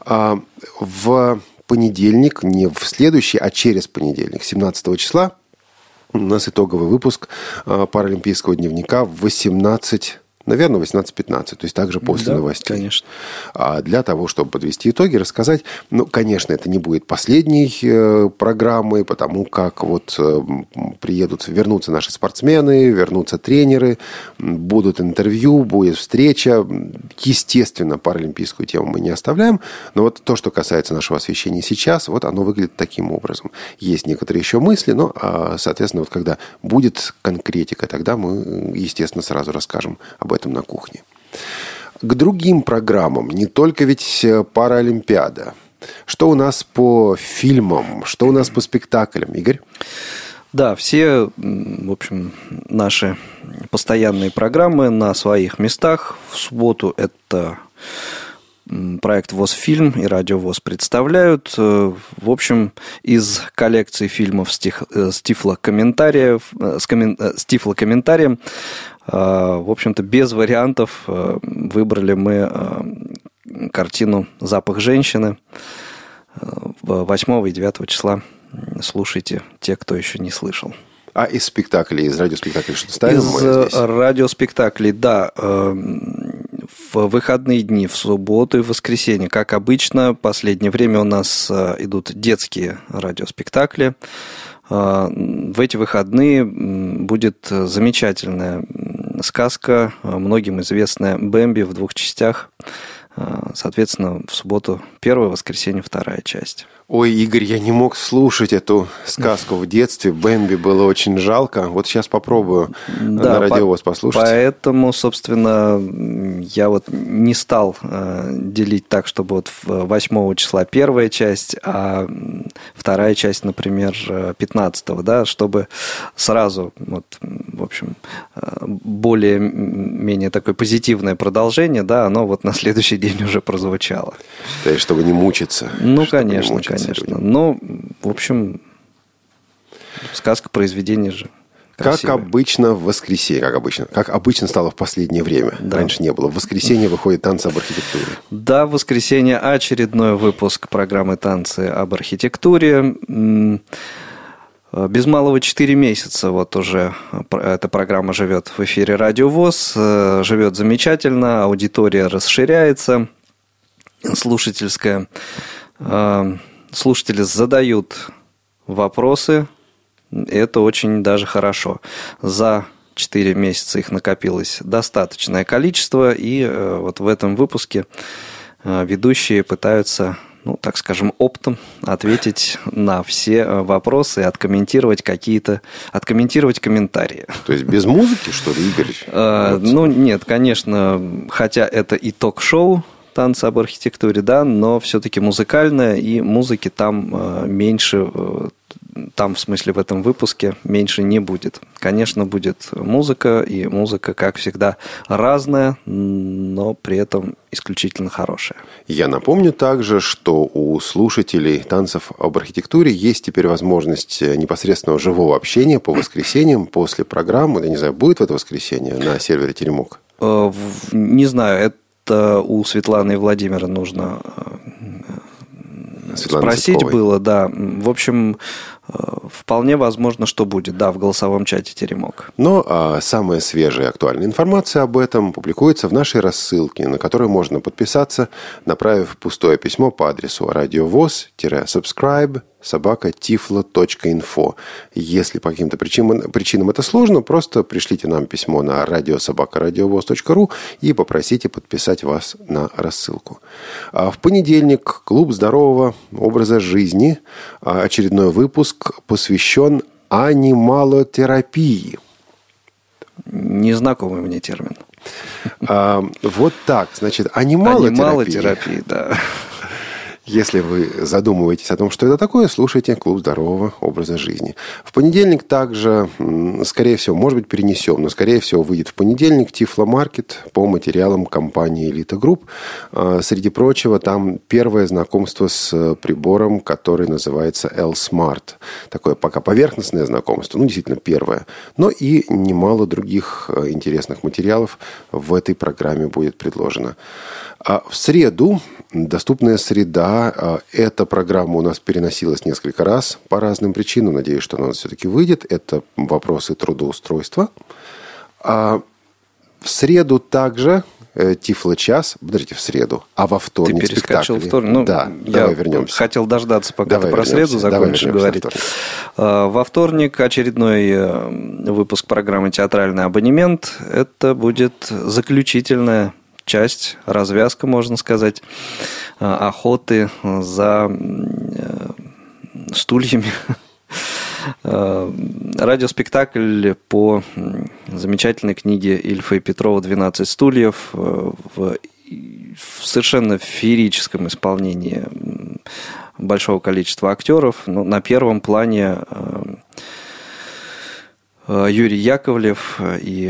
В понедельник, не в следующий, а через понедельник, 17 числа, у нас итоговый выпуск Паралимпийского дневника в 18, наверное, 18:15, то есть также после новостей. Конечно. Для того, чтобы подвести итоги, рассказать, конечно, это не будет последней программой, потому как вот вернутся наши спортсмены, вернутся тренеры, будут интервью, будет встреча. Естественно, паралимпийскую тему мы не оставляем, но вот то, что касается нашего освещения сейчас, вот оно выглядит таким образом. Есть некоторые еще мысли, но, соответственно, вот когда будет конкретика, тогда мы, естественно, сразу расскажем об этом на кухне. К другим программам, не только ведь Паралимпиада. Что у нас по фильмам, что у нас по спектаклям, Игорь? Да, все, в общем, наши постоянные программы на своих местах. В субботу это проект ВОЗ-фильм и Радио ВОЗ представляют. В общем, из коллекции фильмов с тифлокомментарием, в общем-то, без вариантов выбрали мы картину «Запах женщины» 8 и 9 числа. Слушайте, те, кто еще не слышал. А из спектаклей, из радиоспектаклей что-то ставим? Из радиоспектаклей, да. В выходные дни, в субботу и в воскресенье, как обычно, в последнее время у нас идут детские радиоспектакли. В эти выходные будет замечательная сказка, многим известная «Бэмби» в 2 частях. Соответственно, в субботу 1, в воскресенье 2 часть. Ой, Игорь, я не мог слушать эту сказку в детстве. Бэмби было очень жалко. Вот сейчас попробую на Радио ВОЗ послушать. Поэтому, собственно, я вот не стал делить так, чтобы вот 8 числа 1 часть, а 2 часть, например, 15-го, да, чтобы сразу, вот, в общем, более-менее такое позитивное продолжение, да, оно вот на следующий день уже прозвучало. То есть, чтобы не мучиться. Ну, конечно. Но, в общем, сказка, произведение же красивое. Как обычно в воскресенье, как обычно стало в последнее время. Да. Раньше не было. В воскресенье выходит «Танцы об архитектуре». Да, в воскресенье очередной выпуск программы «Танцы об архитектуре». Без малого 4 месяца вот уже эта программа живет в эфире Радио ВОЗ. Живет замечательно, аудитория расширяется, слушательская. Слушатели задают вопросы, это очень даже хорошо. За 4 месяца их накопилось достаточное количество, и вот в этом выпуске ведущие пытаются, ну, так скажем, оптом ответить на все вопросы и откомментировать комментарии. То есть без музыки, что ли, Игорь? Ну, нет, конечно, хотя это и ток-шоу «Танцы об архитектуре», да, но все-таки музыкальная, и музыки там меньше, там, в смысле, в этом выпуске меньше не будет. Конечно, будет музыка, и музыка, как всегда, разная, но при этом исключительно хорошая. Я напомню также, что у слушателей «Танцев об архитектуре» есть теперь возможность непосредственного живого общения по воскресеньям после программы. Я не знаю, будет в это воскресенье на сервере «Теремок»? Не знаю, это у Светланы и Владимира нужно спросить было, да. В общем, вполне возможно, что будет, да, в голосовом чате «Теремок». Но самая свежая и актуальная информация об этом публикуется в нашей рассылке, на которую можно подписаться, направив пустое письмо по адресу radiovoz-subscribe@tiflo.info. Если по каким-то причинам это сложно, просто пришлите нам письмо на radio@radiovoz.ru и попросите подписать вас на рассылку. В понедельник клуб здорового образа жизни, очередной выпуск посвящен анималотерапии. Незнакомый мне термин. Вот так, значит, анималотерапия, да. Если вы задумываетесь о том, что это такое, слушайте «Клуб здорового образа жизни». В понедельник также, скорее всего, может быть, перенесем, но, скорее всего, выйдет в понедельник Тифломаркет по материалам компании «Элита Групп». Среди прочего, там первое знакомство с прибором, который называется L-Smart. Такое пока поверхностное знакомство, действительно первое. Но и немало других интересных материалов в этой программе будет предложено. В среду, «Доступная среда», эта программа у нас переносилась несколько раз по разным причинам. Надеюсь, что она у нас все-таки выйдет. Это вопросы трудоустройства. В среду также Тифло-час. Подождите, в среду. А во вторник спектакль. Ты перескочил вторник. Да, давай вернемся. Хотел дождаться, пока ты про среду закончишь говорить. Во вторник очередной выпуск программы «Театральный абонемент». Это будет заключительная часть, развязка, можно сказать, охоты за стульями. Радиоспектакль по замечательной книге Ильфа и Петрова «12 стульев» в совершенно феерическом исполнении большого количества актеров. Но на первом плане Юрий Яковлев и,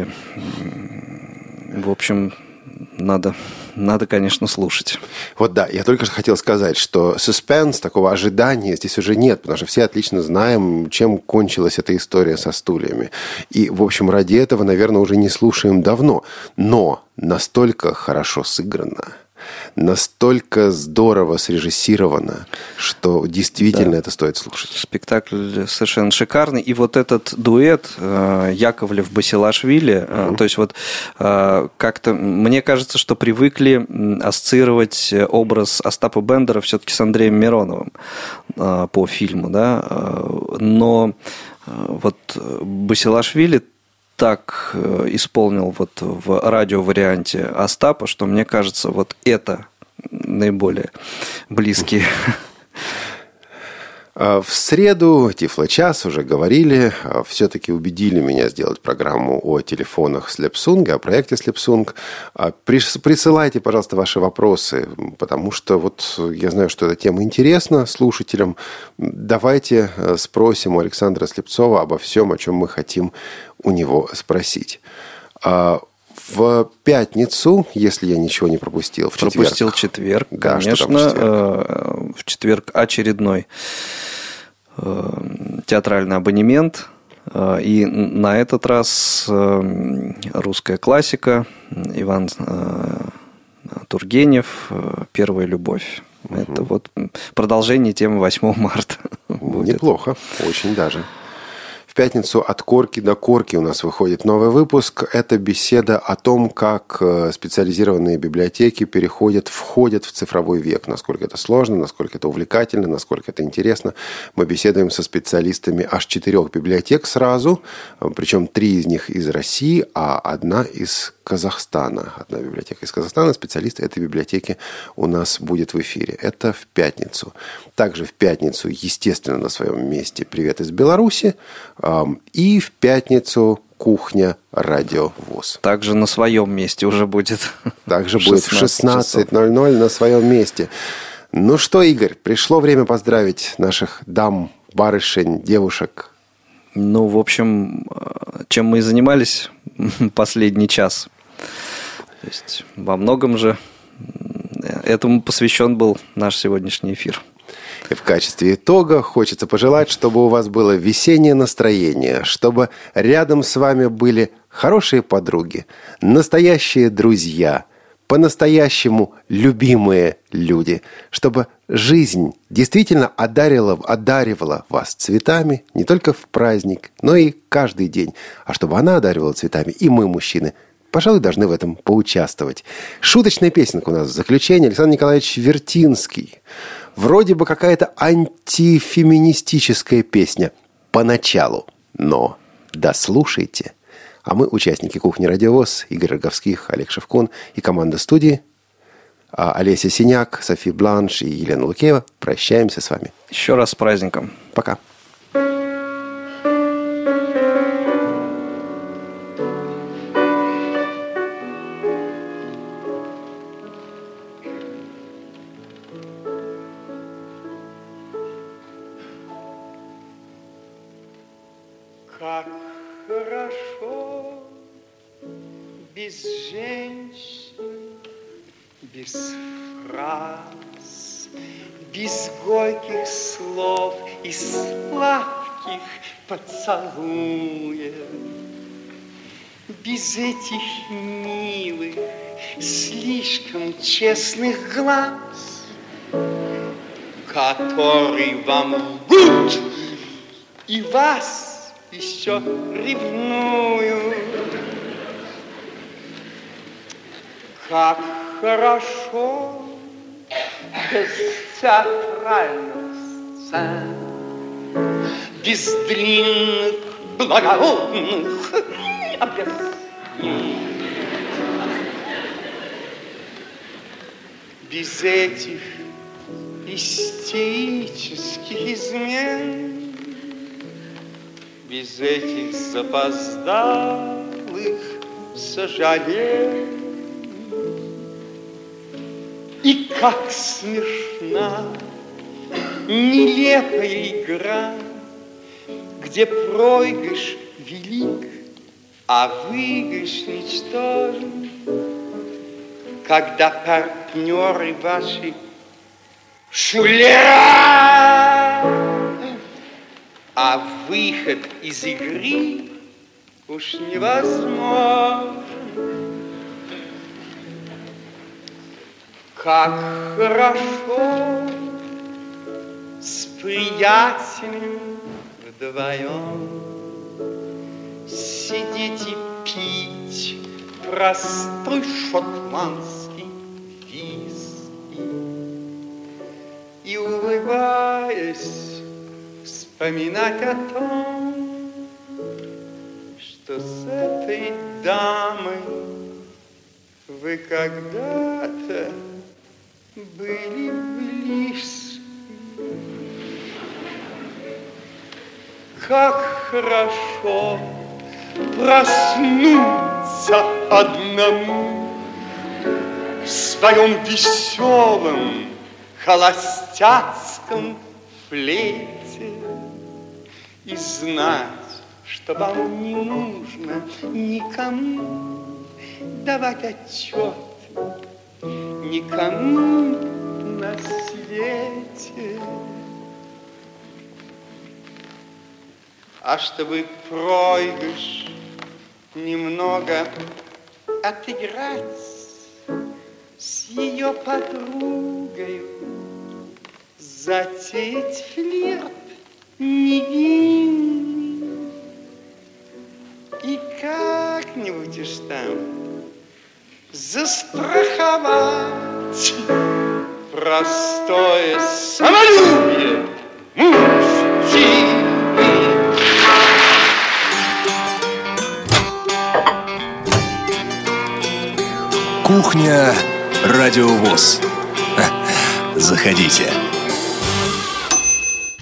в общем, надо, конечно, слушать. Вот да, я только что хотел сказать, что суспенс, такого ожидания здесь уже нет, потому что все отлично знаем, чем кончилась эта история со стульями. И, в общем, ради этого, наверное, уже не слушаем давно. Но настолько хорошо сыграно, настолько здорово срежиссировано, что действительно это стоит слушать. Спектакль совершенно шикарный. И вот этот дуэт Яковлев-Басилашвили, то есть вот как-то, мне кажется, что привыкли ассоциировать образ Остапа Бендера все-таки с Андреем Мироновым по фильму, да, но вот Басилашвили так исполнил вот в радиоварианте Остапа, что мне кажется, вот это наиболее близкие. В среду Тифло-час уже говорили, все-таки убедили меня сделать программу о телефонах Слепсунга, о проекте Слепсунг. Присылайте, пожалуйста, ваши вопросы, потому что вот я знаю, что эта тема интересна слушателям. Давайте спросим у Александра Слепцова обо всем, о чем мы хотим у него спросить. В пятницу, если я ничего не пропустил, в четверг. Пропустил четверг, да, конечно. В четверг очередной театральный абонемент. И на этот раз русская классика, Иван Тургенев, «Первая любовь». Это вот продолжение темы 8 марта. Неплохо, очень даже. В пятницу «От корки до корки» у нас выходит новый выпуск. Это беседа о том, как специализированные библиотеки входят в цифровой век. Насколько это сложно, насколько это увлекательно, насколько это интересно. Мы беседуем со специалистами аж 4 библиотек сразу. Причем 3 из них из России, а 1 из Казахстана. Одна библиотека из Казахстана. Специалист этой библиотеки у нас будет в эфире. Это в пятницу. Также в пятницу, естественно, на своем месте «Привет из Беларуси». И в пятницу «Кухня Радио ВОС». Также на своем месте уже будет. Также будет в 16:00 на своем месте. Ну что, Игорь, пришло время поздравить наших дам, барышень, девушек. Ну, в общем, чем мы и занимались последний час. То есть во многом же этому посвящен был наш сегодняшний эфир. И в качестве итога хочется пожелать, чтобы у вас было весеннее настроение, чтобы рядом с вами были хорошие подруги, настоящие друзья, по-настоящему любимые люди, чтобы жизнь действительно одаривала вас цветами не только в праздник, но и каждый день. А чтобы она одаривала цветами, и мы, мужчины, пожалуй, должны в этом поучаствовать. Шуточная песенка у нас в заключение. Александр Николаевич Вертинский. Вроде бы какая-то антифеминистическая песня поначалу, но дослушайте. А мы, участники «Кухни Радио ВОС», Игорь Роговских, Олег Шевкун и команда студии, Олеся Синяк, Софи Бланш и Елена Лукеева, прощаемся с вами. Еще раз с праздником. Пока. Как хорошо без женщин, без фраз, без горьких слов и сладких поцелуев, без этих милых, слишком честных глаз, которые вам лгут и вас еще ревнуют. Как хорошо без театральных сцен, без длинных благородных объяснений, без этих истерических измен, без этих запоздалых сожалений. И как смешна, нелепая игра, где проигрыш велик, а выигрыш ничтожен, когда партнеры ваши шулера, а выход из игры уж невозможен. Как хорошо с приятелем вдвоем сидеть и пить простой шотландский виски и, улыбаясь, вспоминать о том, что с этой дамой вы когда-то были близки. Как хорошо проснуться одному в своем веселом холостяцком флейте и знать, что вам не нужно никому давать отчет, никому на свете. А чтобы проигрыш немного отыграть с ее подругой, затеять флирт невинный и как-нибудь уж там застраховать простое самолюбие мужчины. Кухня Радио ВОС. Заходите.